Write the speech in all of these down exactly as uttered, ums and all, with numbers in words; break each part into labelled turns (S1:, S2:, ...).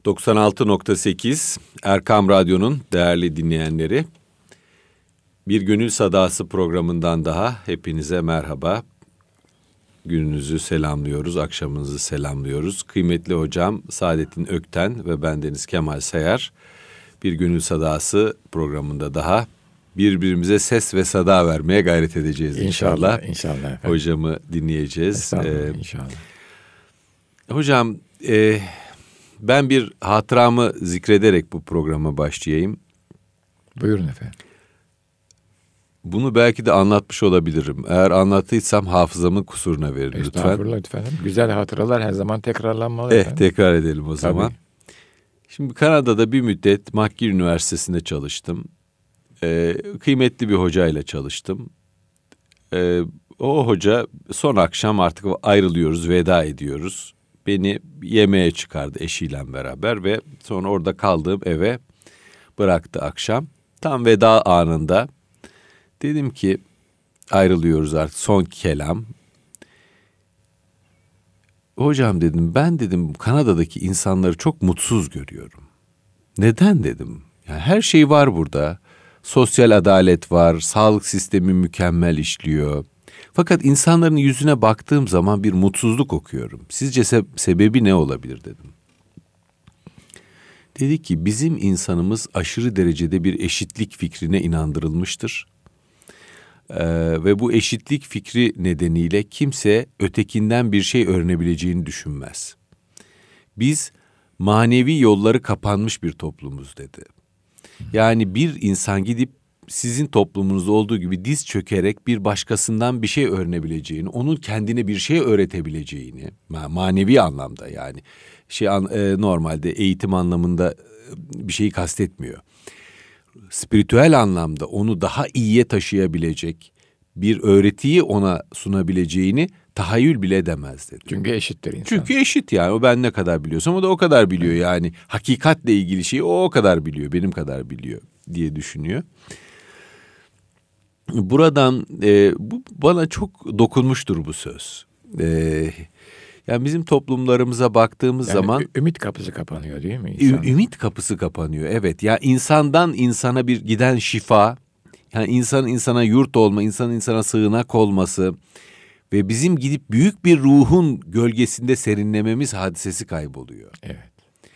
S1: doksan altı nokta sekiz Erkam Radyo'nun değerli dinleyenleri, Bir Gönül Sadası programından daha hepinize merhaba. Gününüzü selamlıyoruz, akşamınızı selamlıyoruz. Kıymetli hocam Saadettin Ökten ve bendeniz Kemal Sayar, Bir Gönül Sadası programında daha birbirimize ses ve sada vermeye gayret edeceğiz inşallah.
S2: İnşallah, inşallah efendim.
S1: Hocamı dinleyeceğiz.
S2: Ee, inşallah.
S1: Hocam, e, ben bir hatıramı zikrederek bu programa başlayayım.
S2: Buyurun efendim.
S1: Bunu belki de anlatmış olabilirim. Eğer anlattıysam hafızamın kusuruna verin lütfen.
S2: Estağfurullah efendim. Güzel hatıralar her zaman tekrarlanmalı
S1: Eh,
S2: efendim.
S1: tekrar edelim o zaman.
S2: Tabii.
S1: Şimdi Kanada'da bir müddet McGill Üniversitesi'nde çalıştım. Ee, kıymetli bir hocayla çalıştım. Ee, o hoca son akşam artık ayrılıyoruz, veda ediyoruz. Beni yemeğe çıkardı eşiyle beraber ve sonra orada kaldığım eve bıraktı akşam. Tam veda anında dedim ki ayrılıyoruz artık, son kelam. Hocam dedim, ben dedim Kanada'daki insanları çok mutsuz görüyorum. Neden dedim? Yani her şey var burada. Sosyal adalet var, sağlık sistemi mükemmel işliyor. Fakat insanların yüzüne baktığım zaman bir mutsuzluk okuyorum. Sizce se- sebebi ne olabilir dedim. Dedi ki bizim insanımız aşırı derecede bir eşitlik fikrine inandırılmıştır. Ee, ve bu eşitlik fikri nedeniyle kimse ötekinden bir şey öğrenebileceğini düşünmez. Biz manevi yolları kapanmış bir toplumuz dedi. Yani bir insan gidip sizin toplumunuzda olduğu gibi diz çökerek bir başkasından bir şey öğrenebileceğini, onun kendine bir şey öğretebileceğini, manevi anlamda yani şey e, normalde eğitim anlamında bir şeyi kastetmiyor. Spiritüel anlamda onu daha iyiye taşıyabilecek bir öğretiyi ona sunabileceğini tahayyül bile edemez dedi.
S2: Çünkü eşittir insan.
S1: Çünkü eşit yani. O ben ne kadar biliyorsam o da o kadar biliyor evet. Yani. Hakikatle ilgili şeyi o o kadar biliyor, benim kadar biliyor diye düşünüyor. Buradan e, bu bana çok dokunmuştur bu söz. E, yani bizim toplumlarımıza baktığımız
S2: yani
S1: zaman
S2: ümit kapısı kapanıyor değil mi? İnsan?
S1: Ümit kapısı kapanıyor. Evet. Ya insandan insana bir giden şifa, yani insan insana yurt olma, insan insana sığınak olması ve bizim gidip büyük bir ruhun gölgesinde serinlememiz hadisesi kayboluyor.
S2: Evet.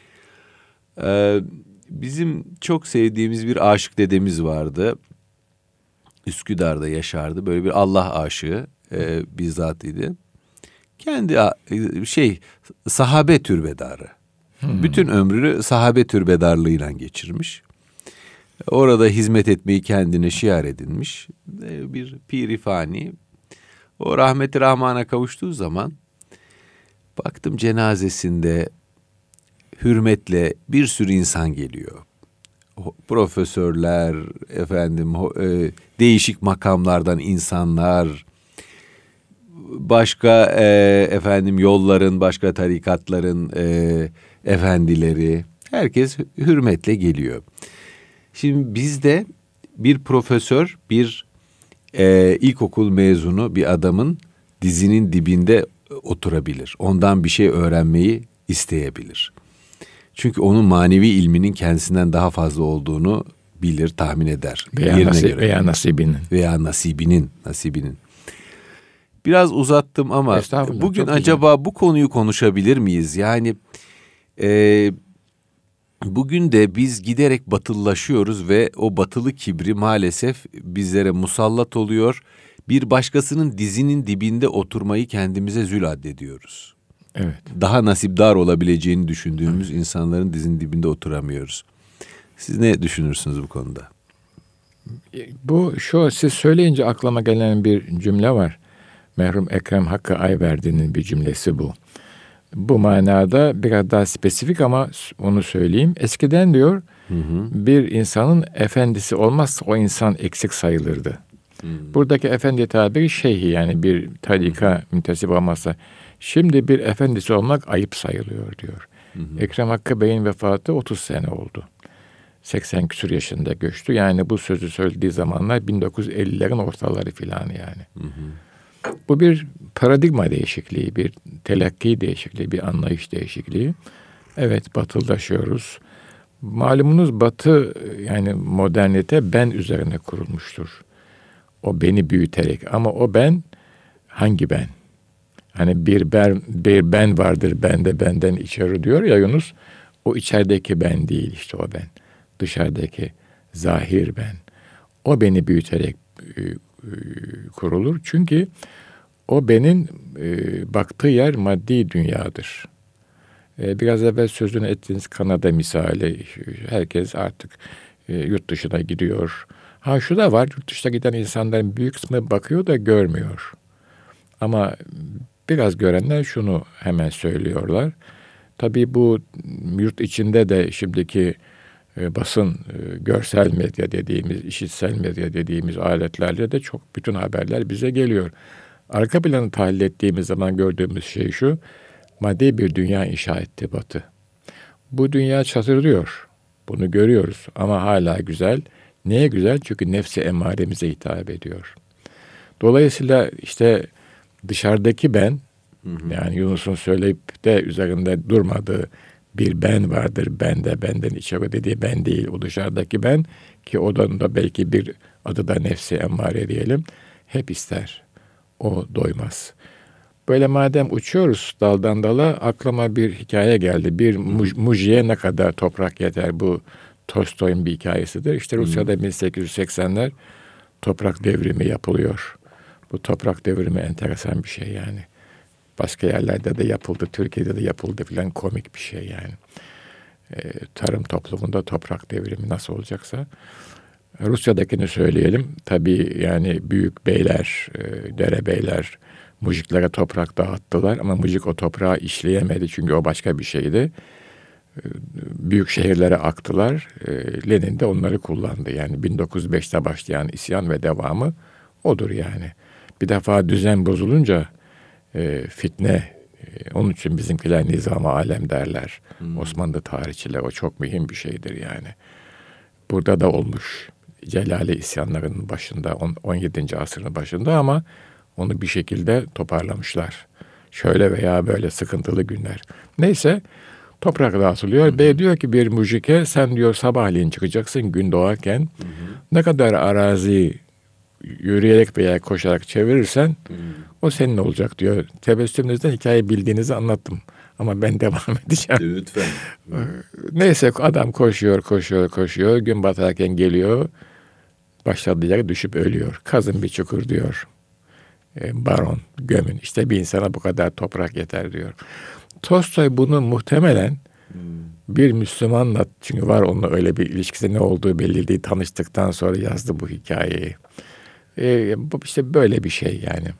S1: Ee, bizim çok sevdiğimiz bir aşık dedemiz vardı. Üsküdar'da yaşardı. Böyle bir Allah aşığı e, bizzat idi. Kendi şey sahabe türbedarı. Hmm. Bütün ömrünü sahabe türbedarlığıyla geçirmiş. Orada hizmet etmeyi kendine şiar edinmiş. Bir pirifani. O rahmeti rahmana kavuştuğu zaman baktım cenazesinde hürmetle bir sürü insan geliyor. Profesörler, efendim değişik makamlardan insanlar, başka e, efendim yolların, başka tarikatların e, efendileri, herkes hürmetle geliyor. Şimdi bizde bir profesör, bir e, ilkokul mezunu bir adamın dizinin dibinde oturabilir. Ondan bir şey öğrenmeyi isteyebilir. Çünkü onun manevi ilminin kendisinden daha fazla olduğunu bilir, tahmin eder.
S2: Veya, nasip, veya nasibinin.
S1: Veya nasibinin, nasibinin. Biraz uzattım ama bugün acaba güzel. Bu konuyu konuşabilir miyiz? Yani e, bugün de biz giderek batılılaşıyoruz ve o batılı kibri maalesef bizlere musallat oluyor. Bir başkasının dizinin dibinde oturmayı kendimize zül addediyoruz.
S2: Evet.
S1: Daha nasipdar olabileceğini düşündüğümüz evet. insanların dizinin dibinde oturamıyoruz. Siz ne düşünürsünüz bu konuda?
S2: Bu şu siz söyleyince aklıma gelen bir cümle var. Merhum Ekrem Hakkı Ayverdi'nin bir cümlesi bu. Bu manada biraz daha spesifik ama onu söyleyeyim. Eskiden diyor hı hı. bir insanın efendisi olmazsa o insan eksik sayılırdı. Hı. Buradaki efendi tabiri şeyhi yani bir tarika müntesip olmazsa. Şimdi bir efendisi olmak ayıp sayılıyor diyor. Hı hı. Ekrem Hakkı Bey'in vefatı otuz sene oldu. seksen küsur yaşında göçtü. Yani bu sözü söylediği zamanlar bin dokuz yüz ellilerin ortaları filan yani. Hı hı. Bu bir paradigma değişikliği, bir telakki değişikliği, bir anlayış değişikliği. Evet, batılılaşıyoruz. Malumunuz Batı, yani modernite ben üzerine kurulmuştur. O beni büyüterek, ama o ben hangi ben? Hani bir ben, bir ben vardır bende, benden içeri diyor ya Yunus. O içerideki ben değil, işte o ben. Dışarıdaki zahir ben. O beni büyüterek e, e, kurulur. Çünkü o benin e, baktığı yer maddi dünyadır. E, biraz evvel sözünü ettiğiniz Kanada misali, herkes artık e, yurt dışına gidiyor. Ha şu da var, yurt dışına giden insanların büyük kısmı bakıyor da görmüyor. Ama biraz görenler şunu hemen söylüyorlar. Tabii bu yurt içinde de şimdiki e, basın, e, görsel medya dediğimiz, işitsel medya dediğimiz aletlerle de çok bütün haberler bize geliyor. Arka planı tahlil ettiğimiz zaman gördüğümüz şey şu: maddi bir dünya inşa etti Batı. Bu dünya çatırdıyor. Bunu görüyoruz ama hala güzel. Neye güzel? Çünkü nefsi emmaremize hitap ediyor. Dolayısıyla işte dışarıdaki ben, hı hı. yani Yunus'un söyleyip de üzerinde durmadığı bir ben vardır. Ben de benden içeri dediği ben değil. O dışarıdaki ben, ki odanın da belki bir adı da nefsi emmare diyelim. Hep ister. O doymaz. Böyle madem uçuyoruz daldan dala, aklıma bir hikaye geldi. Bir muj, mujiye ne kadar toprak yeter, bu Tolstoy'un bir hikayesidir. İşte Rusya'da bin sekiz yüz seksenler toprak devrimi yapılıyor. Bu toprak devrimi enteresan bir şey yani. Başka yerlerde de yapıldı, Türkiye'de de yapıldı filan, komik bir şey yani. Ee, tarım toplumunda toprak devrimi nasıl olacaksa. Rusya'dakini söyleyelim. Tabii yani büyük beyler, e, derebeyler mujiklere toprak dağıttılar ama mujik o toprağı işleyemedi çünkü o başka bir şeydi. E, büyük şehirlere aktılar. E, Lenin de onları kullandı. Yani bin dokuz yüz beşte başlayan isyan ve devamı odur yani. Bir defa düzen bozulunca e, fitne, e, onun için bizimkiler nizam-ı alem derler. Hmm. Osmanlı tarihçiler, o çok mühim bir şeydir yani. Burada da olmuş. Celali isyanlarının başında, on yedinci asrın başında, ama onu bir şekilde toparlamışlar. Şöyle veya böyle sıkıntılı günler. Neyse, toprak dağıtılıyor. Hı hı. Bey diyor ki bir mujike, sen diyor sabahleyin çıkacaksın gün doğarken. Hı hı. Ne kadar arazi yürüyerek veya koşarak çevirirsen hı hı. o senin olacak diyor. Tebessümünüzden hikayeyi bildiğinizi anlattım. Ama ben devam edeceğim.
S1: Lütfen.
S2: Neyse, adam koşuyor, koşuyor, koşuyor. Gün batarken geliyor. Başladığı yere düşüp ölüyor. Kazın bir çukur diyor. E, baron, gömün. İşte bir insana bu kadar toprak yeter diyor. Tolstoy bunu muhtemelen hmm. bir Müslümanla, çünkü var onunla öyle bir ilişkisi, ne olduğu belli değil, tanıştıktan sonra yazdı bu hikayeyi. E, bu işte böyle bir şey yani.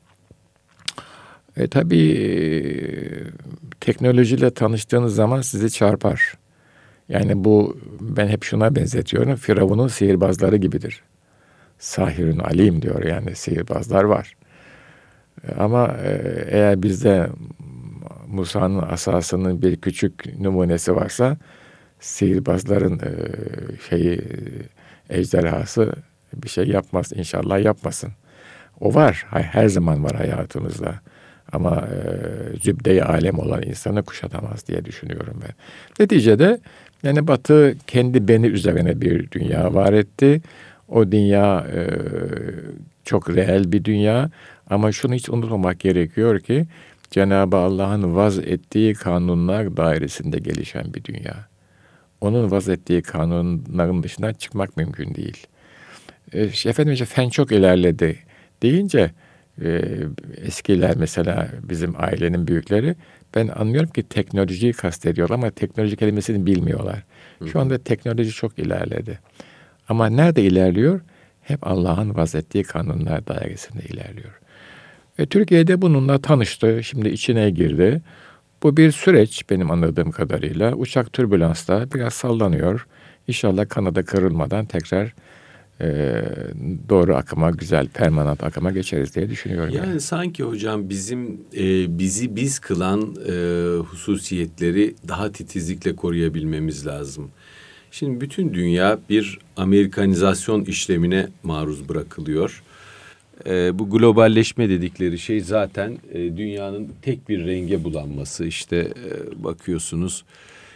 S2: E, tabii e, teknolojiyle tanıştığınız zaman sizi çarpar. Yani bu, ben hep şuna benzetiyorum. Firavun'un sihirbazları gibidir. Sahirün alim diyor, yani sihirbazlar var. Ama eğer bizde Musa'nın asasının bir küçük numunesi varsa, sihirbazların şeyi, ejderhası bir şey yapmaz. İnşallah yapmasın. O var. Her zaman var hayatımızda. Ama zübde-i alem olan insanı kuşatamaz diye düşünüyorum ben. Neticede yani Batı kendi beni üzerine bir dünya var etti. O dünya e, çok reel bir dünya, ama şunu hiç unutmamak gerekiyor ki Cenab-ı Allah'ın vaz ettiği kanunlar dairesinde gelişen bir dünya. Onun vaz ettiği kanunların dışına çıkmak mümkün değil. E, efendim işte fen çok ilerledi deyince e, eskiler, mesela bizim ailenin büyükleri, ben anlıyorum ki teknolojiyi kastediyor ama teknoloji kelimesini bilmiyorlar. Şu anda teknoloji çok ilerledi. Ama nerede ilerliyor? Hep Allah'ın vazettiği kanunlar dairesinde ilerliyor. Ve Türkiye'de bununla tanıştı, şimdi içine girdi. Bu bir süreç benim anladığım kadarıyla. Uçak türbülansta biraz sallanıyor. İnşallah kanada kırılmadan tekrar e, doğru akıma, güzel permanent akıma geçeriz diye düşünüyorum.
S1: Yani, yani. sanki hocam bizim e, bizi biz kılan e, hususiyetleri daha titizlikle koruyabilmemiz lazım. Şimdi bütün dünya bir Amerikanizasyon işlemine maruz bırakılıyor. E, bu globalleşme dedikleri şey zaten e, dünyanın tek bir renge bulanması. İşte e, bakıyorsunuz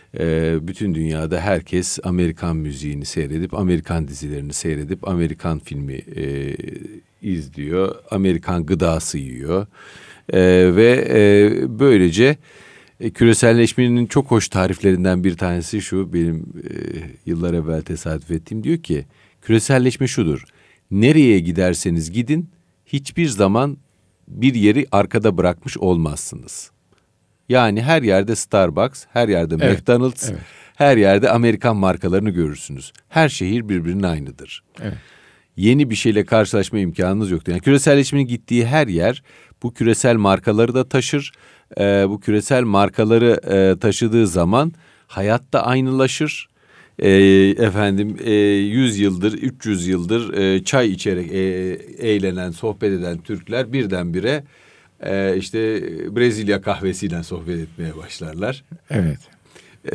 S1: Ee, bütün dünyada herkes Amerikan müziğini seyredip, Amerikan dizilerini seyredip, Amerikan filmi e, izliyor, Amerikan gıdası yiyor. Ee, ve e, böylece e, küreselleşmenin çok hoş tariflerinden bir tanesi şu, benim e, yıllar evvel tesadüf ettiğim, diyor ki küreselleşme şudur: nereye giderseniz gidin hiçbir zaman bir yeri arkada bırakmış olmazsınız. Yani her yerde Starbucks, her yerde evet, McDonald's, evet. her yerde Amerikan markalarını görürsünüz. Her şehir birbirinin aynıdır. Evet. Yeni bir şeyle karşılaşma imkanınız yoktur. Yani küreselleşmenin gittiği her yer bu küresel markaları da taşır. Ee, bu küresel markaları e, taşıdığı zaman hayatta aynılaşır. E, efendim e, yüz yıldır, üç yüz yıldır e, çay içerek e, eğlenen, sohbet eden Türkler birdenbire e, işte Brezilya kahvesiyle sohbet etmeye başlarlar.
S2: Evet.
S1: E,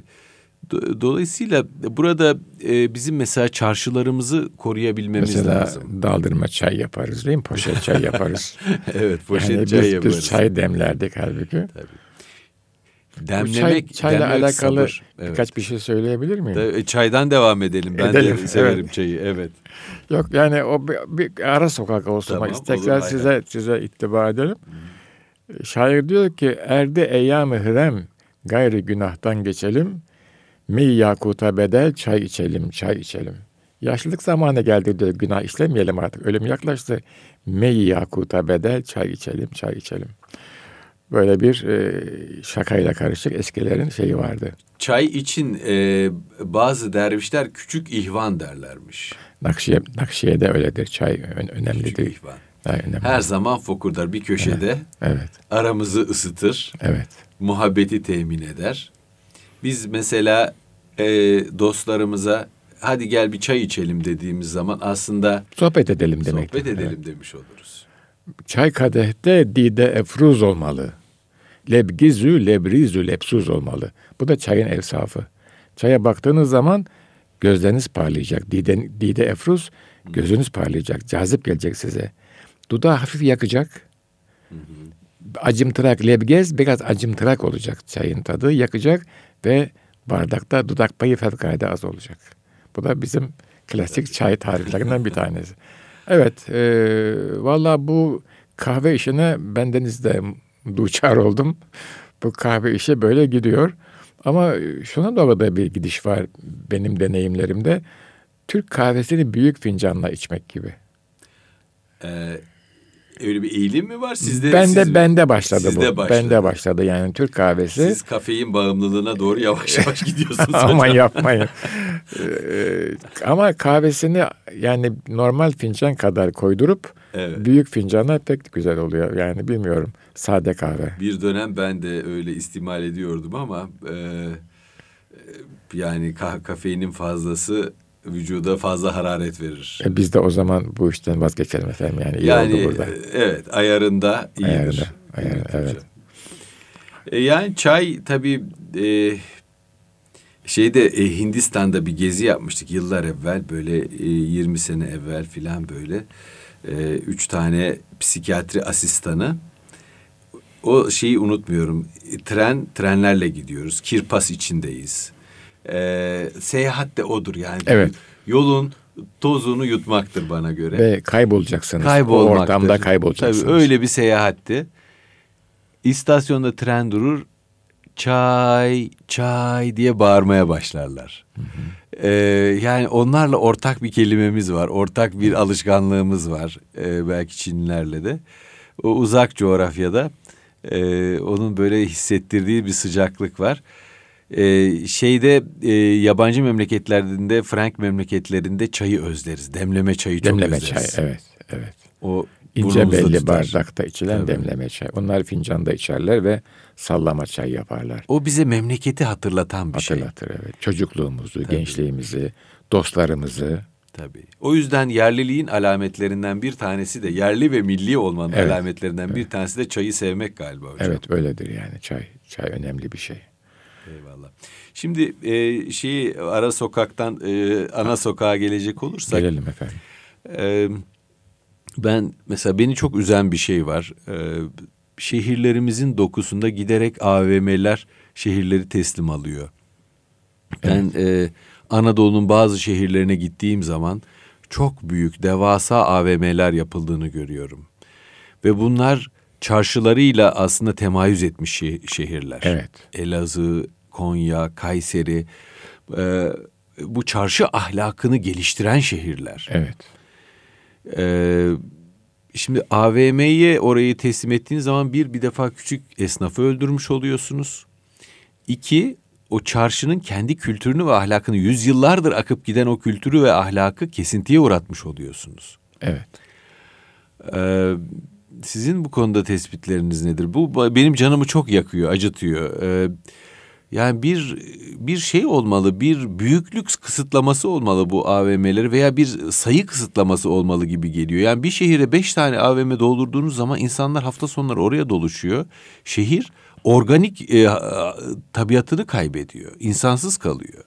S1: do, dolayısıyla burada e, bizim mesela çarşılarımızı koruyabilmemiz
S2: mesela
S1: lazım.
S2: Mesela daldırma çay yaparız değil mi? Poşet çay yaparız.
S1: Evet, poşet
S2: yani
S1: çay
S2: biz,
S1: yaparız.
S2: Biz çay demlerdik halbuki.
S1: Tabii. Demlemek,
S2: çay, çayla
S1: demlemek
S2: alakalı
S1: sabır.
S2: birkaç evet. bir şey söyleyebilir miyim?
S1: Da, çaydan devam edelim. Ben edelim, de severim evet. çayı. Evet.
S2: Yok yani o bir, bir ara sokak olsun. Tamam, bak, tekrar olur, size aynen. size ittiba edelim. Hmm. Şair diyor ki erde eyyam-ı hürem gayri günahtan geçelim. Mi yakuta bedel çay içelim, çay içelim. Yaşlılık zamanı geldi diyor, günah işlemeyelim artık. Ölüm yaklaştı. Mi yakuta bedel çay içelim, çay içelim. Böyle bir e, şakayla karışık eskilerin şeyi vardı.
S1: Çay için e, bazı dervişler küçük ihvan derlermiş.
S2: Nakşiye, Nakşiye'de öyledir. Çay önemlidir.
S1: Küçük ihvan.
S2: Önemli.
S1: Her zaman fokurdar bir köşede. Evet.
S2: Evet.
S1: Aramızı ısıtır.
S2: Evet.
S1: Muhabbeti temin eder. Biz mesela e, dostlarımıza hadi gel bir çay içelim dediğimiz zaman aslında
S2: sohbet edelim demek.
S1: Sohbet edelim
S2: evet.
S1: demiş oluruz.
S2: Çay kadehte dide efruz olmalı. Lebgizü lebrizü lepsuz olmalı. Bu da çayın evsafı. Çaya baktığınız zaman gözleriniz parlayacak. Dide, dide efruz, gözünüz parlayacak. Cazip gelecek size. Dudağı hafif yakacak. Hı hı. Acımtırak, lebgez biraz acımtırak olacak çayın tadı. Yakacak ve bardakta dudak payı fevkalade az olacak. Bu da bizim klasik çay tariflerinden bir tanesi. Evet, e, valla bu kahve işine bendeniz de duçar oldum. Bu kahve işi böyle gidiyor. Ama şuna doğru da bir gidiş var benim deneyimlerimde. Türk kahvesini büyük fincanla içmek gibi.
S1: Ee, öyle bir eğilim mi var sizde?
S2: Bende
S1: siz,
S2: bende başladı
S1: sizde
S2: bu.
S1: Başladı.
S2: Bende başladı yani Türk kahvesi.
S1: Siz kafein bağımlılığına doğru yavaş yavaş gidiyorsunuz.
S2: Aman yapmayın. ee, ama kahvesini yani normal fincan kadar koydurup evet. büyük fincana pek güzel oluyor. Yani bilmiyorum. Sade kahve.
S1: Bir dönem ben de öyle istimal ediyordum ama e, yani ka- kafeinin fazlası vücuda fazla hararet verir.
S2: E biz de o zaman bu işten vazgeçelim efendim. Yani iyi
S1: yani,
S2: oldu burada.
S1: Evet, ayarında iyidir.
S2: Ayarında, ayarında, evet.
S1: E, yani çay tabii e, şeyde e, Hindistan'da bir gezi yapmıştık yıllar evvel, böyle e, yirmi sene evvel filan, böyle e, üç tane psikiyatri asistanı. O şeyi unutmuyorum. Tren, trenlerle gidiyoruz. Kirpas içindeyiz. Ee, seyahat de odur yani.
S2: Evet.
S1: Yolun tozunu yutmaktır bana göre.
S2: Ve kaybolacaksınız.
S1: Kaybolmaktır.
S2: O ortamda kaybolacaksınız.
S1: Tabii öyle bir seyahatti. İstasyonda tren durur. Çay, çay diye bağırmaya başlarlar. Hı hı. Ee, yani onlarla ortak bir kelimemiz var. Ortak bir alışkanlığımız var. Ee, belki Çinlilerle de. O uzak coğrafyada e, onun böyle hissettirdiği bir sıcaklık var. Ee, şeyde e, yabancı memleketlerinde, Frank memleketlerinde çayı özleriz. Demleme çayı çok
S2: demleme
S1: özleriz.
S2: Demleme çay, evet, evet.
S1: O
S2: ince belli tutar. Bardakta içilen
S1: Tabii.
S2: demleme çay. Onlar fincanda içerler ve sallama çay yaparlar.
S1: O bize memleketi hatırlatan bir şey.
S2: Hatırlatır, evet. Çocukluğumuzu, Tabii. gençliğimizi, dostlarımızı.
S1: Tabii. O yüzden yerliliğin alametlerinden bir tanesi de, yerli ve milli olmanın evet. alametlerinden evet. bir tanesi de çayı sevmek galiba hocam.
S2: Evet, öyledir yani çay. Çay önemli bir şey.
S1: Eyvallah. Şimdi e, şeyi ara sokaktan e, ana sokağa gelecek olursak.
S2: Gelelim efendim.
S1: E, ben mesela beni çok üzen bir şey var. E, şehirlerimizin dokusunda giderek A V M'ler şehirleri teslim alıyor. Ben e, Anadolu'nun bazı şehirlerine gittiğim zaman çok büyük, devasa A V M'ler yapıldığını görüyorum. Ve bunlar çarşılarıyla aslında temayüz etmiş şehirler.
S2: Evet.
S1: Elazığ, Konya, Kayseri, e, bu çarşı ahlakını geliştiren şehirler.
S2: Evet.
S1: E, şimdi A V M'ye orayı teslim ettiğiniz zaman bir, bir defa küçük esnafı öldürmüş oluyorsunuz. İki, o çarşının kendi kültürünü ve ahlakını, yüzyıllardır akıp giden o kültürü ve ahlakı kesintiye uğratmış oluyorsunuz.
S2: Evet.
S1: Ee, sizin bu konuda tespitleriniz nedir? Bu benim canımı çok yakıyor, acıtıyor. Ee, yani bir bir şey olmalı, bir büyüklük kısıtlaması olmalı bu A V M'leri veya bir sayı kısıtlaması olmalı gibi geliyor. Yani bir şehire beş tane A V M doldurduğunuz zaman insanlar hafta sonları oraya doluşuyor. Şehir organik e, tabiatını kaybediyor, insansız kalıyor.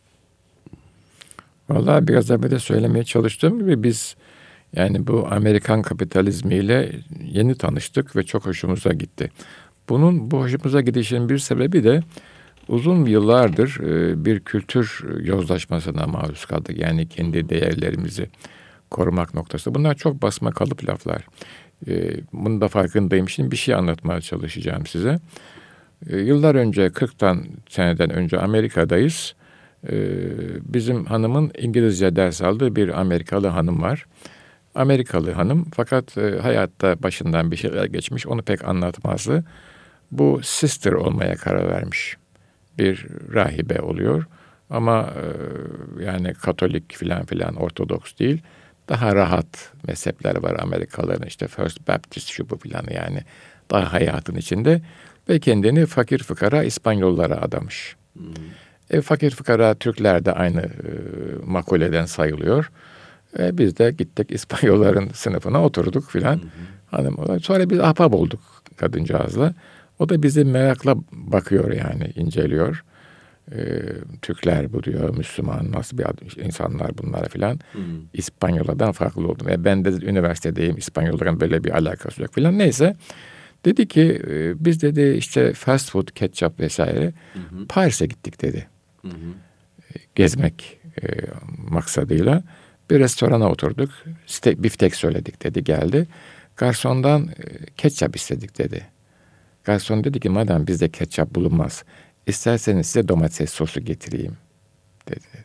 S2: Vallahi biraz evvel de söylemeye çalıştığım gibi biz yani bu Amerikan kapitalizmiyle yeni tanıştık ve çok hoşumuza gitti. Bunun bu hoşumuza gidişinin bir sebebi de uzun yıllardır bir kültür yozlaşmasına maruz kaldık. Yani kendi değerlerimizi korumak noktasında. Bunlar çok basma kalıp laflar. Bunun da farkındayım. Şimdi bir şey anlatmaya çalışacağım size. Yıllar önce, kırktan seneden önce Amerika'dayız. Bizim hanımın İngilizce ders aldığı bir Amerikalı hanım var. Amerikalı hanım fakat hayatta başından bir şeyler geçmiş, onu pek anlatmazdı. Bu sister olmaya karar vermiş. Bir rahibe oluyor ama yani Katolik filan filan, Ortodoks değil. Daha rahat mezhepler var Amerikalıların, işte First Baptist şu bu filan, yani daha hayatın içinde ve kendini fakir fıkara İspanyollara adamış. Hmm. E, fakir fıkara Türkler de aynı e, makuleden sayılıyor. E, biz de gittik İspanyolların sınıfına oturduk filan. Hanım, sonra biz ahbap olduk kadıncağızla. O da bizi merakla bakıyor, yani inceliyor. Ee, Türkler bu diyor, Müslüman nasıl bir adam, insanlar bunlar filan. Hmm. İspanyollardan farklı oldum. E, ben de üniversitedeyim, İspanyolların böyle bir alakası yok filan. Neyse dedi ki e, biz dedi işte fast food, ketçap vesaire hmm. Paris'e gittik dedi. Hmm. E, gezmek e, maksadıyla bir restorana oturduk. Steak, biftek söyledik dedi, geldi. Garsondan e, ketçap istedik dedi. Garson dedi ki madem bizde ketçap bulunmaz, İsterseniz size domates sosu getireyim dedi, dedi.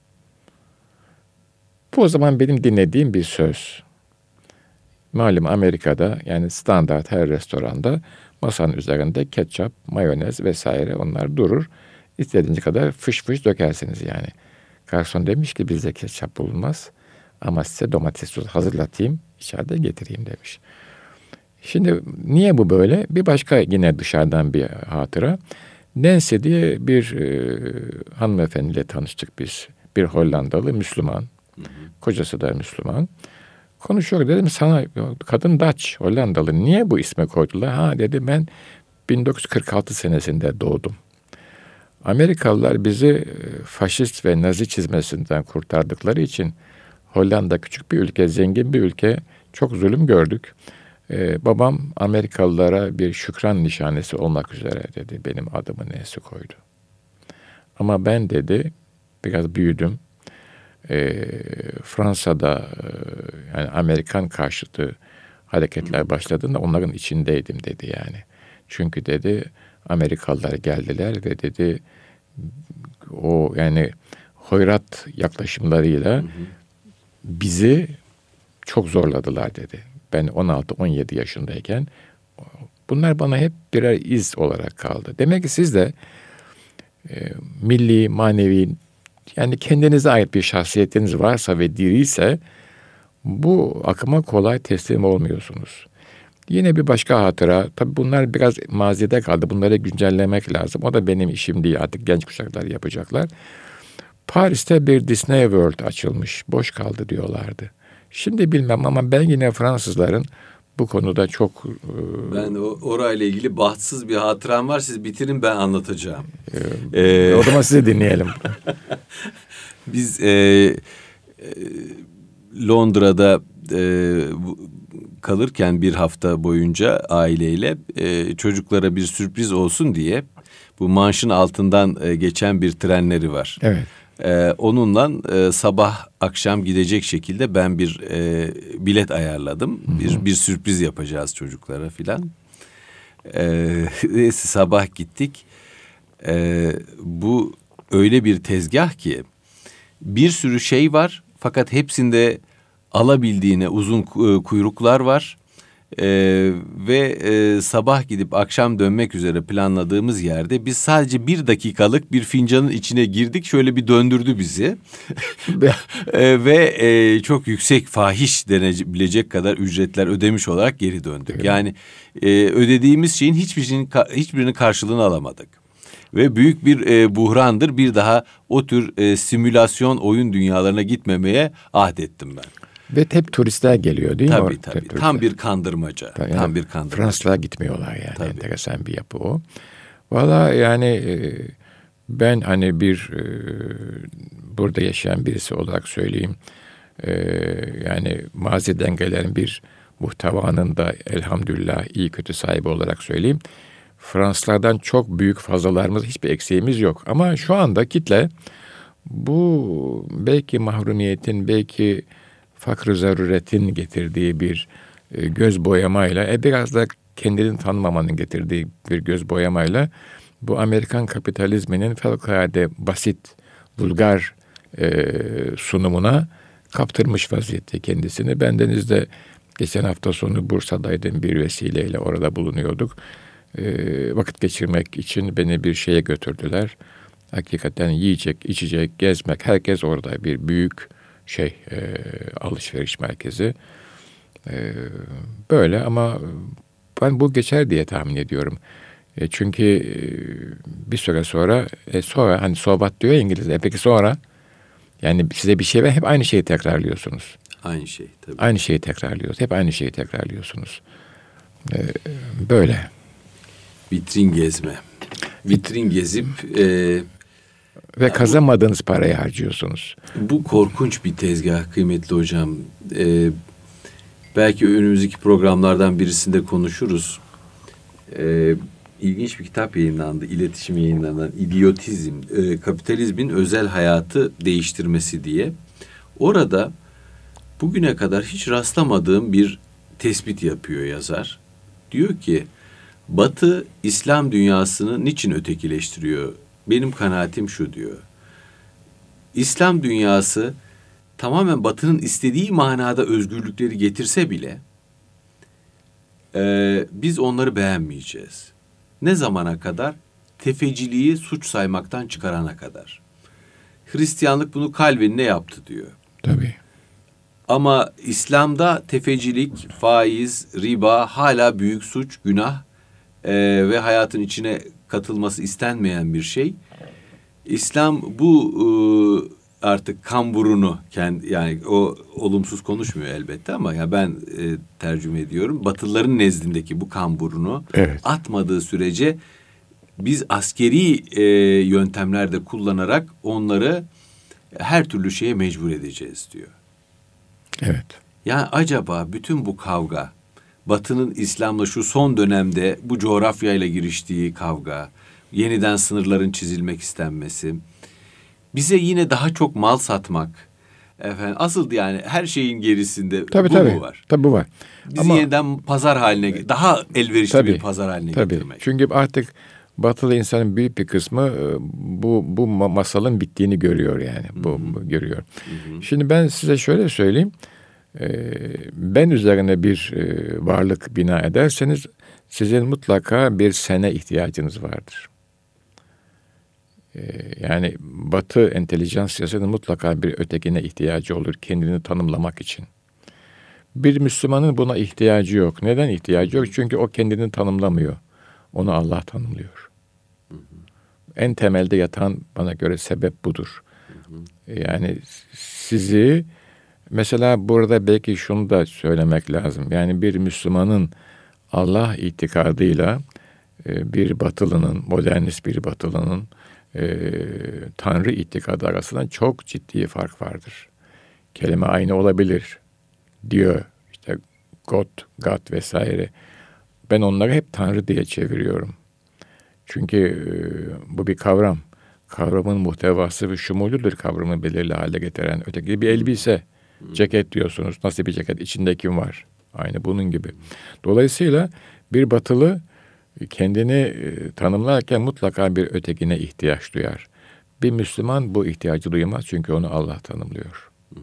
S2: Bu o zaman benim dinlediğim bir söz. Malum Amerika'da yani standart her restoranda masanın üzerinde ketçap, mayonez vesaire onlar durur. İstediğiniz kadar fış fış dökersiniz yani. Garson demiş ki bizde ketçap bulunmaz ama size domates sosu hazırlatayım, içeride getireyim demiş. Şimdi niye bu böyle? Bir başka yine dışarıdan bir hatıra. Nancy diye bir e, hanımefendiyle tanıştık biz. Bir Hollandalı Müslüman. Hı hı. Kocası da Müslüman. Konuşuyor, dedim sana kadın Dutch, Hollandalı. Niye bu ismi koydular? Ha dedi, ben bin dokuz yüz kırk altı senesinde doğdum. Amerikalılar bizi faşist ve nazi çizmesinden kurtardıkları için Hollanda küçük bir ülke, zengin bir ülke. Çok zulüm gördük. Ee, babam Amerikalılara bir şükran nişanesi olmak üzere dedi benim adımı Nancy koydu. Ama ben dedi biraz büyüdüm. Ee, Fransa'da e, yani Amerikan karşıtı hareketler başladığında onların içindeydim dedi yani. Çünkü dedi Amerikalılar geldiler ve dedi o yani hoyrat yaklaşımlarıyla hı hı. bizi çok zorladılar dedi. Ben on altı on yedi yaşındayken bunlar bana hep birer iz olarak kaldı. Demek ki siz de e, milli, manevi yani kendinize ait bir şahsiyetiniz varsa ve diriyse bu akıma kolay teslim olmuyorsunuz. Yine bir başka hatıra. Tabii bunlar biraz mazide kaldı. Bunları güncellemek lazım. O da benim işim değil. Artık genç kuşaklar yapacaklar. Paris'te bir Disney World açılmış. Boş kaldı diyorlardı. Şimdi bilmem ama ben yine Fransızların bu konuda çok... E,
S1: ben de orayla ilgili bahtsız bir hatıram var. Siz bitirin, ben anlatacağım.
S2: E, ee, o zaman sizi dinleyelim.
S1: Biz e, e, Londra'da e, kalırken bir hafta boyunca aileyle e, çocuklara bir sürpriz olsun diye Bu Manş'ın altından e, geçen bir trenleri var.
S2: Evet.
S1: E, onunla e, sabah akşam gidecek şekilde ben bir e, bilet ayarladım. Hı hı. Bir bir sürpriz yapacağız çocuklara filan. E, sabah gittik. E, bu öyle bir tezgah ki bir sürü şey var fakat hepsinde alabildiğine uzun kuyruklar var. Ee, ve e, sabah gidip akşam dönmek üzere planladığımız yerde biz sadece bir dakikalık bir fincanın içine girdik. Şöyle bir döndürdü bizi e, ve e, çok yüksek fahiş denebilecek kadar ücretler ödemiş olarak geri döndük. Evet. Yani e, ödediğimiz şeyin hiçbirinin hiçbirinin karşılığını alamadık. Ve büyük bir e, buhrandır. Bir daha o tür e, simülasyon oyun dünyalarına gitmemeye ahdettim ben.
S2: Ve hep turistler geliyor değil
S1: tabii,
S2: mi?
S1: Tabii tabii. Tam bir kandırmaca.
S2: Tabii,
S1: tam
S2: yani
S1: bir kandırmaca.
S2: Fransızlar gitmiyorlar yani. Tabii. Enteresan bir yapı o. Valla yani e, ben hani bir e, burada yaşayan birisi olarak söyleyeyim. E, yani maziden gelen bir muhtevanın da elhamdülillah iyi kötü sahibi olarak söyleyeyim. Fransızlardan çok büyük fazlalarımız, hiçbir eksiğimiz yok. Ama şu anda kitle bu belki mahrumiyetin, belki fakr-ı zaruretin getirdiği bir e, göz boyamayla, e, biraz da kendini tanımamanın getirdiği bir göz boyamayla bu Amerikan kapitalizminin fevkalade basit, vulgar e, sunumuna kaptırmış vaziyette kendisini. Bendeniz de geçen hafta sonu Bursa'daydım, bir vesileyle orada bulunuyorduk. E, vakit geçirmek için beni bir şeye götürdüler. Hakikaten yiyecek, içecek, gezmek, herkes orada, bir büyük şey e, alışveriş merkezi. E, böyle ama ben bu geçer diye tahmin ediyorum. E, çünkü e, bir süre sonra e, sonra hani sohbet diyor ya İngilizce. E, peki sonra yani size bir şey ver, hep aynı şeyi tekrarlıyorsunuz.
S1: Aynı şey tabii.
S2: Aynı şeyi tekrarlıyorsunuz. Hep aynı şeyi tekrarlıyorsunuz. E, böyle.
S1: Vitrin gezme. Vitrin gezip e,
S2: ve kazanmadığınız parayı harcıyorsunuz.
S1: Bu korkunç bir tezgah kıymetli hocam. Ee, belki önümüzdeki programlardan birisinde konuşuruz. Ee, ilginç bir kitap yayınlandı. İletişim yayınlanan İdiotizm, e, Kapitalizmin Özel Hayatı Değiştirmesi diye. Orada bugüne kadar hiç rastlamadığım bir tespit yapıyor yazar. Diyor ki Batı İslam dünyasını niçin ötekileştiriyor? Benim kanaatim şu diyor. İslam dünyası tamamen Batı'nın istediği manada özgürlükleri getirse bile e, biz onları beğenmeyeceğiz. Ne zamana kadar? Tefeciliği suç saymaktan çıkarana kadar. Hristiyanlık bunu Calvin'le yaptı diyor.
S2: Tabii.
S1: Ama İslam'da tefecilik, faiz, riba hala büyük suç, günah e, ve hayatın içine katılması istenmeyen bir şey. İslam bu e, artık kamburunu kendi, yani o olumsuz konuşmuyor elbette ama ya ben e, tercüme ediyorum. Batılıların nezdindeki bu kamburunu evet. atmadığı sürece biz askeri e, yöntemlerde kullanarak onları her türlü şeye mecbur edeceğiz diyor.
S2: Evet.
S1: Yani acaba bütün bu kavga, Batı'nın İslam'la şu son dönemde bu coğrafyayla giriştiği kavga, yeniden sınırların çizilmek istenmesi, bize yine daha çok mal satmak, efendim asıl yani her şeyin gerisinde
S2: tabii,
S1: bu
S2: tabii.
S1: mu var?
S2: Tabii bu var.
S1: Bizi
S2: Ama,
S1: yeniden pazar haline, daha elverişli
S2: tabii,
S1: bir pazar haline
S2: tabii.
S1: getirmek.
S2: Çünkü artık Batılı insanın büyük bir kısmı bu bu masalın bittiğini görüyor yani. Bu, bu görüyor. Hı-hı. Şimdi ben size şöyle söyleyeyim. Ben üzerine bir varlık bina ederseniz sizin mutlaka bir sene ihtiyacınız vardır. Yani Batı entelijansiyasının mutlaka bir ötekine ihtiyacı olur kendini tanımlamak için. Bir Müslümanın buna ihtiyacı yok. Neden ihtiyacı yok? Çünkü o kendini tanımlamıyor. Onu Allah tanımlıyor. Hı hı. En temelde yatan bana göre sebep budur. Hı hı. Yani sizi mesela burada belki şunu da söylemek lazım. Yani bir Müslümanın Allah itikadıyla bir batılının, modernist bir batılının e, Tanrı itikadı arasında çok ciddi fark vardır. Kelime aynı olabilir diyor. İşte God, God vesaire. Ben onları hep Tanrı diye çeviriyorum. Çünkü e, bu bir kavram. Kavramın muhtevası ve şumuludur kavramı belirli hale getiren. Öteki bir elbise, ceket diyorsunuz. Nasıl bir ceket? İçinde kim var? Aynı bunun gibi. Dolayısıyla bir batılı kendini e, tanımlarken mutlaka bir ötekine ihtiyaç duyar. Bir Müslüman bu ihtiyacı duymaz çünkü onu Allah tanımlıyor. Hı hı.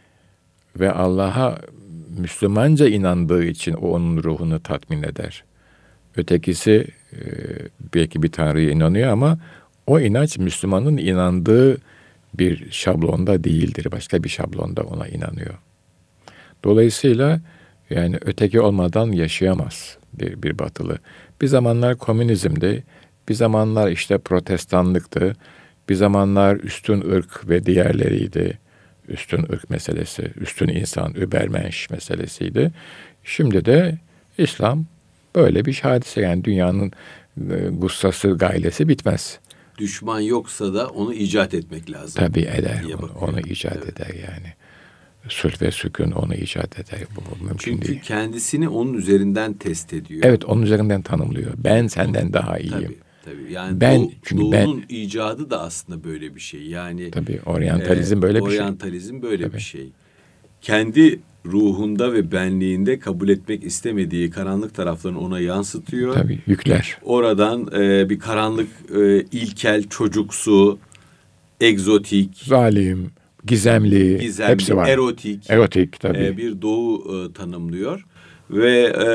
S2: Ve Allah'a Müslümanca inandığı için o onun ruhunu tatmin eder. Ötekisi e, belki bir Tanrı'ya inanıyor ama o inanç Müslümanın inandığı bir şablonda değildir. Başka bir şablonda ona inanıyor. Dolayısıyla yani öteki olmadan yaşayamaz bir, bir batılı. Bir zamanlar komünizmdi, bir zamanlar işte protestanlıktı, bir zamanlar üstün ırk ve diğerleriydi. Üstün ırk meselesi, üstün insan, übermensch meselesiydi. Şimdi de İslam böyle bir hadise, yani dünyanın e, gussası, gailesi bitmez.
S1: Düşman yoksa da onu icat etmek lazım.
S2: Tabii eder, onu, onu icat evet. eder yani. Sulh ve sükun onu icat eder. Bu, bu mümkün
S1: Çünkü
S2: değil.
S1: kendisini onun üzerinden test ediyor.
S2: Evet, onun üzerinden tanımlıyor. Ben senden daha iyiyim.
S1: Tabii, tabii. Yani
S2: ben,
S1: doğu,
S2: çünkü
S1: doğunun
S2: ben,
S1: icadı da aslında böyle bir şey. Yani
S2: tabii oryantalizm e, böyle bir şey.
S1: Oryantalizm böyle
S2: tabii.
S1: bir şey. Kendi ruhunda ve benliğinde kabul etmek istemediği karanlık taraflarını ona yansıtıyor.
S2: Tabii, yükler.
S1: Oradan e, bir karanlık, e, ilkel, çocuksu, egzotik,
S2: zalim, gizemli,
S1: gizemli
S2: hepsi var.
S1: Erotik,
S2: erotik tabii.
S1: E, bir doğu e, tanımlıyor ve e,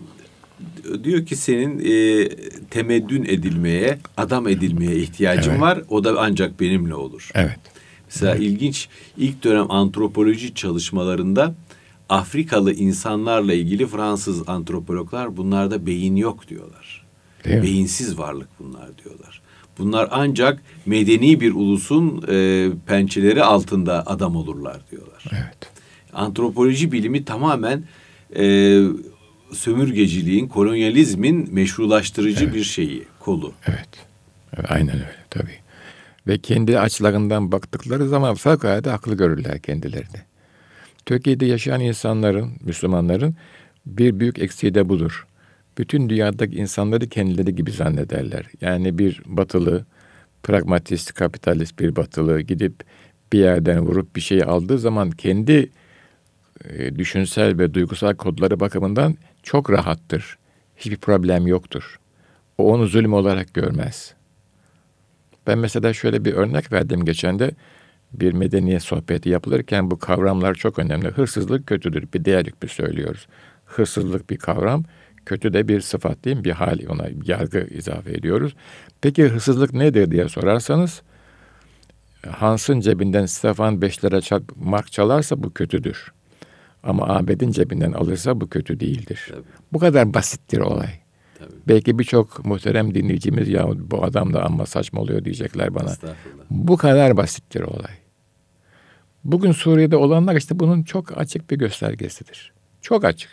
S1: diyor ki senin e, temeddün edilmeye, adam edilmeye ihtiyacın evet. var. O da ancak benimle olur.
S2: Evet.
S1: Mesela evet. ilginç, ilk dönem antropoloji çalışmalarında Afrikalı insanlarla ilgili Fransız antropologlar bunlarda beyin yok diyorlar. Beyinsiz varlık bunlar diyorlar. Bunlar ancak medeni bir ulusun e, pençeleri altında adam olurlar diyorlar.
S2: Evet.
S1: Antropoloji bilimi tamamen e, sömürgeciliğin, kolonyalizmin meşrulaştırıcı evet. bir şeyi, kolu.
S2: Evet. evet. Aynen öyle tabii. Ve kendi açılarından baktıkları zaman fevkalade haklı görürler kendilerini. Türkiye'de yaşayan insanların, Müslümanların bir büyük eksiği de budur. Bütün dünyadaki insanları kendileri gibi zannederler. Yani bir batılı, pragmatist, kapitalist bir batılı gidip bir yerden vurup bir şey aldığı zaman kendi e, düşünsel ve duygusal kodları bakımından çok rahattır. Hiçbir problem yoktur. O onu zulüm olarak görmez. Ben mesela şöyle bir örnek verdim geçen de, bir medeniyet sohbeti yapılırken bu kavramlar çok önemli. Hırsızlık kötüdür. Bir diğer hükmü söylüyoruz. Hırsızlık bir kavram, kötü de bir sıfat değil mi? Bir hal, ona yargı izafe ediyoruz. Peki hırsızlık nedir diye sorarsanız, Hans'ın cebinden Stefan beş lira çal, mark çalarsa bu kötüdür. Ama Ahmet'in cebinden alırsa bu kötü değildir. Tabii. Bu kadar basittir olay. Tabii. Belki birçok muhterem dinleyicimiz ya bu adam da amma saçmalıyor diyecekler bana. Bu kadar basittir olay. Bugün Suriye'de olanlar işte bunun çok açık bir göstergesidir. Çok açık.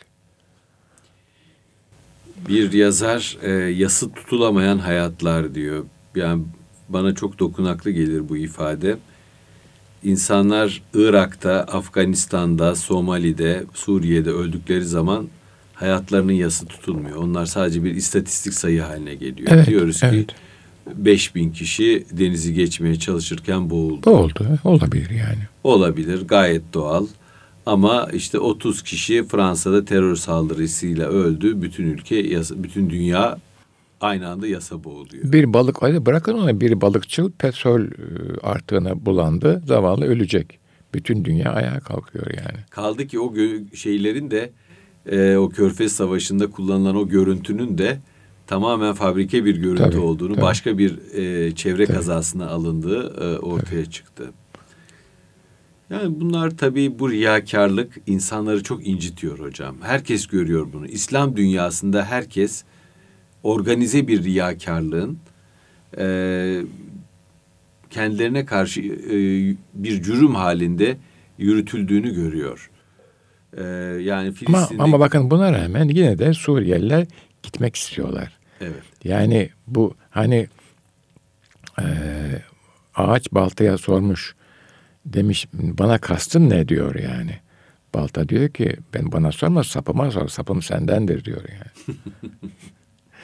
S1: Bir yazar e, yası tutulamayan hayatlar diyor. Yani bana çok dokunaklı gelir bu ifade. İnsanlar Irak'ta, Afganistan'da, Somali'de, Suriye'de öldükleri zaman hayatlarının yası tutulmuyor. Onlar sadece bir istatistik sayı haline geliyor.
S2: Evet,
S1: Diyoruz
S2: evet.
S1: ki beş bin kişi denizi geçmeye çalışırken boğuldu.
S2: Boğuldu. Olabilir yani.
S1: Olabilir. Gayet doğal. Ama işte otuz kişi Fransa'da terör saldırısıyla öldü. Bütün ülke, bütün dünya aynı anda yasa boğuluyor.
S2: Bir balık, öyle bırakın onu, bir balıkçı petrol artığına bulandı. Zavallı ölecek. Bütün dünya ayağa kalkıyor yani.
S1: Kaldı ki o gö- şeylerin de e, o Körfez Savaşı'nda kullanılan o görüntünün de tamamen fabrike bir görüntü tabii, olduğunu, tabii. başka bir e, çevre tabii. kazasına alındığı e, ortaya tabii. çıktı. Yani bunlar tabii, bu riyakarlık insanları çok incitiyor hocam. Herkes görüyor bunu. İslam dünyasında herkes organize bir riyakarlığın e, kendilerine karşı e, bir cürüm halinde yürütüldüğünü görüyor. E, yani Filistin'de...
S2: Ama, ama bakın buna rağmen yine de Suriyeliler gitmek istiyorlar.
S1: Evet.
S2: Yani bu hani e, ağaç baltaya sormuş, demiş bana kastın ne diyor yani. Balta diyor ki ben bana sorma, sapıma sor, sapım sendendir diyor yani.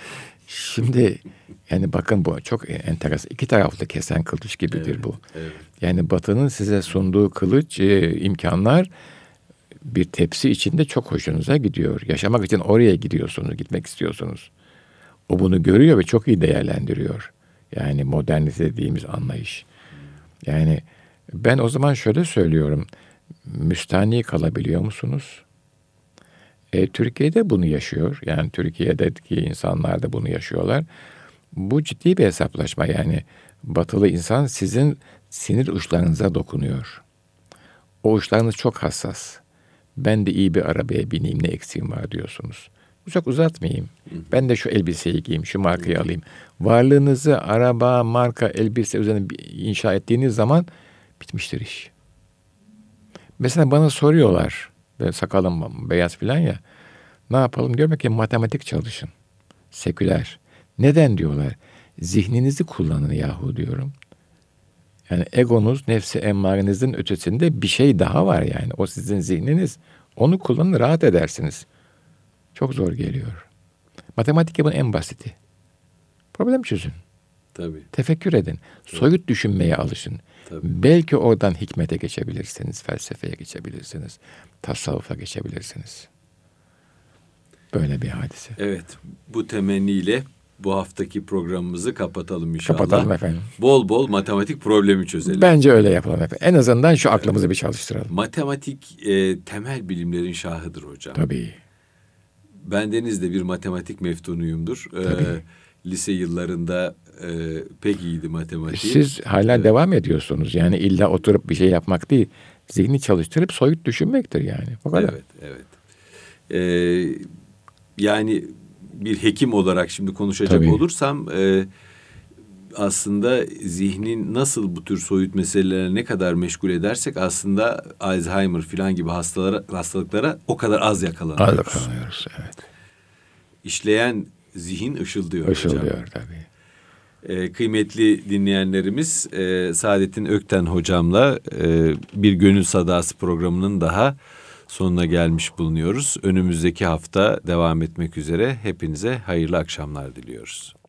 S2: Şimdi yani bakın bu çok enteresan. İki taraflı kesen kılıç gibidir
S1: evet,
S2: bu.
S1: Evet.
S2: Yani Batı'nın size sunduğu kılıç e, imkanlar bir tepsi içinde çok hoşunuza gidiyor. Yaşamak için oraya gidiyorsunuz, gitmek istiyorsunuz. O bunu görüyor ve çok iyi değerlendiriyor. Yani modernite dediğimiz anlayış. Yani ben o zaman şöyle söylüyorum. Müstahni kalabiliyor musunuz? E, Türkiye'de bunu yaşıyor. Yani Türkiye'deki insanlar da bunu yaşıyorlar. Bu ciddi bir hesaplaşma. Yani batılı insan sizin sinir uçlarınıza dokunuyor. O uçlarınız çok hassas. Ben de iyi bir arabaya bineyim, ne eksiğim var diyorsunuz. Çok uzatmayayım. Ben de şu elbiseyi giyeyim, şu markayı alayım. Varlığınızı araba, marka, elbise üzerine inşa ettiğiniz zaman bitmiştir iş. Mesela bana soruyorlar, böyle sakalım beyaz falan ya, ne yapalım diyorum ki matematik çalışın. Seküler. Neden diyorlar? Zihninizi kullanın yahu diyorum. Yani egonuz, nefsi emmarenizin ötesinde bir şey daha var yani. O sizin zihniniz. Onu kullanın, rahat edersiniz. Çok zor geliyor. Matematik bunun en basiti. Problem çözün.
S1: Tabii.
S2: Tefekkür edin. Soyut düşünmeye alışın.
S1: Tabii.
S2: Belki oradan hikmete geçebilirsiniz, felsefeye geçebilirsiniz, tasavvufa geçebilirsiniz. Böyle bir hadise.
S1: Evet, bu temenniyle bu haftaki programımızı kapatalım inşallah.
S2: Kapatalım efendim.
S1: Bol bol matematik problemi çözelim.
S2: Bence öyle yapalım efendim. En azından şu aklımızı bir çalıştıralım.
S1: Matematik e, temel bilimlerin şahıdır hocam.
S2: Tabii.
S1: Bendeniz de bir matematik meftunuyumdur. Ee, lise yıllarında e, pek iyiydi matematik.
S2: Siz hala evet. devam ediyorsunuz. Yani illa oturup bir şey yapmak değil. Zihni çalıştırıp soyut düşünmektir yani. O kadar.
S1: Evet, evet. Ee, yani bir hekim olarak şimdi konuşacak Tabii. olursam e, aslında zihnin nasıl bu tür soyut meselelerine ne kadar meşgul edersek aslında Alzheimer falan gibi hastalara, hastalıklara o kadar az yakalanıyoruz.
S2: Az yakalanıyoruz, evet.
S1: İşleyen zihin ışıldıyor,
S2: ışıldıyor
S1: hocam.
S2: Işıldıyor tabii.
S1: Ee, kıymetli dinleyenlerimiz, e, Saadettin Ökten hocamla e, bir Gönül Sadası programının daha sonuna gelmiş bulunuyoruz. Önümüzdeki hafta devam etmek üzere hepinize hayırlı akşamlar diliyoruz.